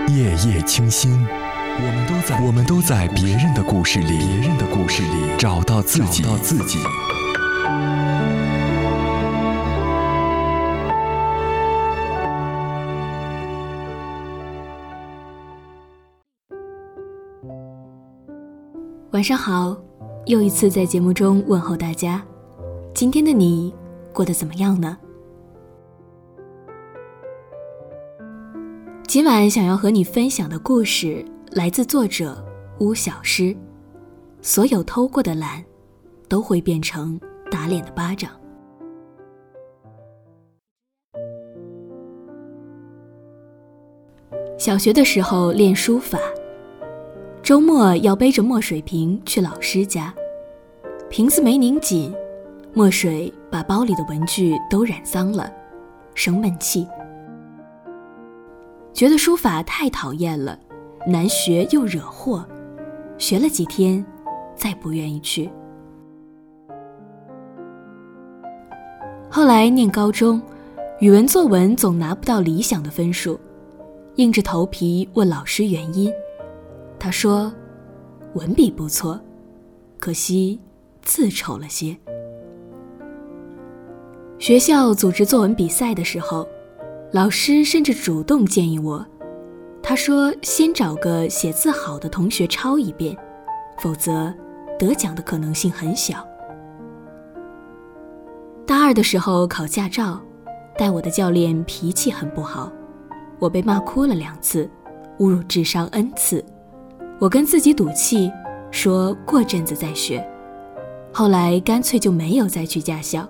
夜夜清心，我们都在别人的故事里找到自己。 晚上好，又一次在节目中问候大家。今天的你过得怎么样呢？今晚想要和你分享的故事来自作者巫小诗。所有偷过的懒都会变成打脸的巴掌。小学的时候练书法，周末要背着墨水瓶去老师家，瓶子没拧紧，墨水把包里的文具都染脏了，生闷气。觉得书法太讨厌了，难学又惹祸，学了几天再不愿意去。后来念高中，语文作文总拿不到理想的分数，硬着头皮问老师原因。他说文笔不错，可惜字丑了些。学校组织作文比赛的时候，老师甚至主动建议我，他说先找个写字好的同学抄一遍，否则得奖的可能性很小。大二的时候考驾照，带我的教练脾气很不好，我被骂哭了2次，侮辱智商 N 次。我跟自己赌气，说过阵子再学，后来干脆就没有再去驾校。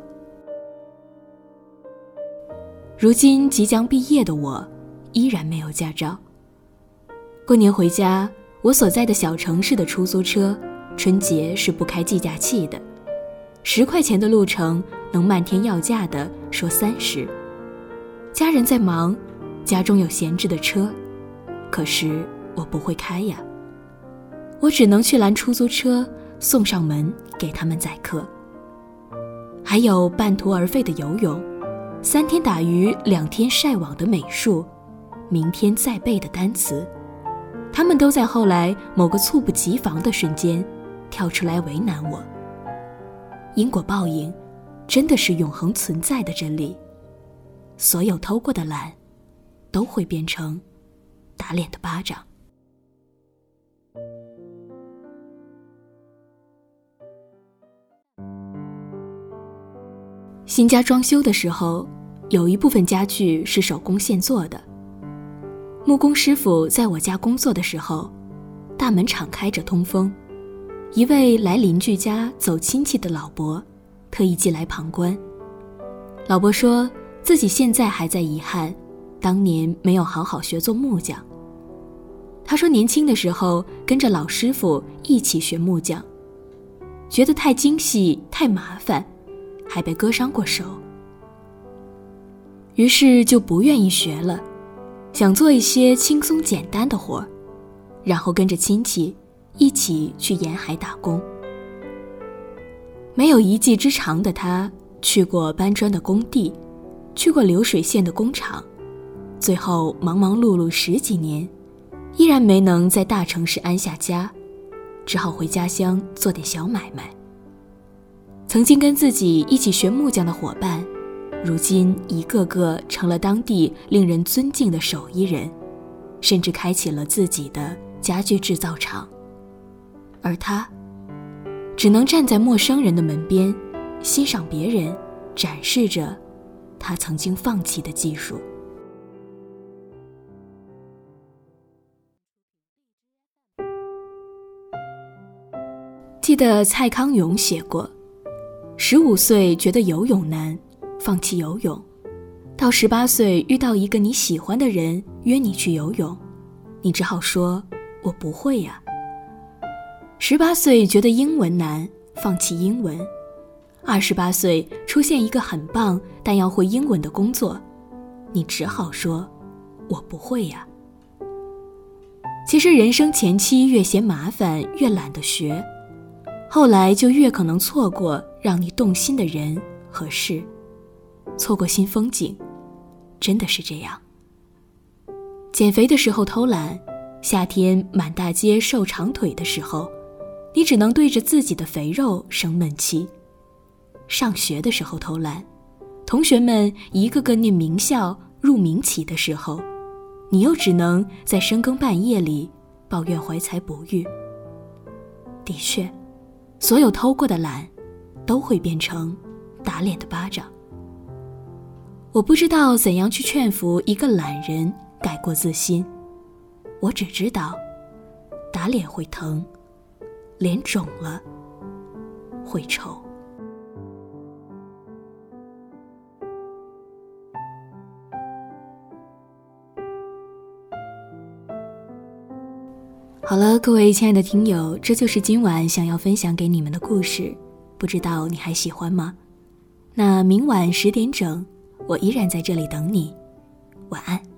如今即将毕业的我依然没有驾照。过年回家，我所在的小城市的出租车春节是不开计价器的，10块钱的路程能漫天要价的说30。家人在忙，家中有闲置的车，可是我不会开呀，我只能去拦出租车送上门给他们载客。还有半途而废的游泳，3天打鱼2天晒网的美术，明天再背的单词，他们都在后来某个猝不及防的瞬间跳出来为难我。因果报应真的是永恒存在的真理，所有偷过的懒都会变成打脸的巴掌。新家装修的时候，有一部分家具是手工现做的。木工师傅在我家工作的时候，大门敞开着通风，一位来邻居家走亲戚的老伯特意进来旁观。老伯说自己现在还在遗憾当年没有好好学做木匠。他说年轻的时候跟着老师傅一起学木匠，觉得太精细太麻烦，还被割伤过手，于是就不愿意学了，想做一些轻松简单的活，然后跟着亲戚一起去沿海打工。没有一技之长的他，去过搬砖的工地，去过流水线的工厂，最后忙忙碌碌10几年，依然没能在大城市安下家，只好回家乡做点小买卖。曾经跟自己一起学木匠的伙伴，如今一个个成了当地令人尊敬的手艺人，甚至开启了自己的家具制造厂。而他只能站在陌生人的门边，欣赏别人展示着他曾经放弃的技术。记得蔡康永写过，15岁觉得游泳难，放弃游泳，到18岁遇到一个你喜欢的人约你去游泳，你只好说我不会呀。18岁觉得英文难，放弃英文，28岁出现一个很棒但要会英文的工作，你只好说我不会呀。其实人生前期越嫌麻烦越懒得学，后来就越可能错过让你动心的人和事，错过新风景，真的是这样。 减肥的时候偷懒，夏天满大街瘦长腿的时候，你只能对着自己的肥肉生闷气。上学的时候偷懒，同学们一个个念名校入名旗的时候，你又只能在深更半夜里抱怨怀才不遇。的确，所有偷过的懒都会变成打脸的巴掌。我不知道怎样去劝服一个懒人改过自新，我只知道打脸会疼，脸肿了会丑。好了，各位亲爱的听友，这就是今晚想要分享给你们的故事，不知道你还喜欢吗？那明晚10点整，我依然在这里等你，晚安。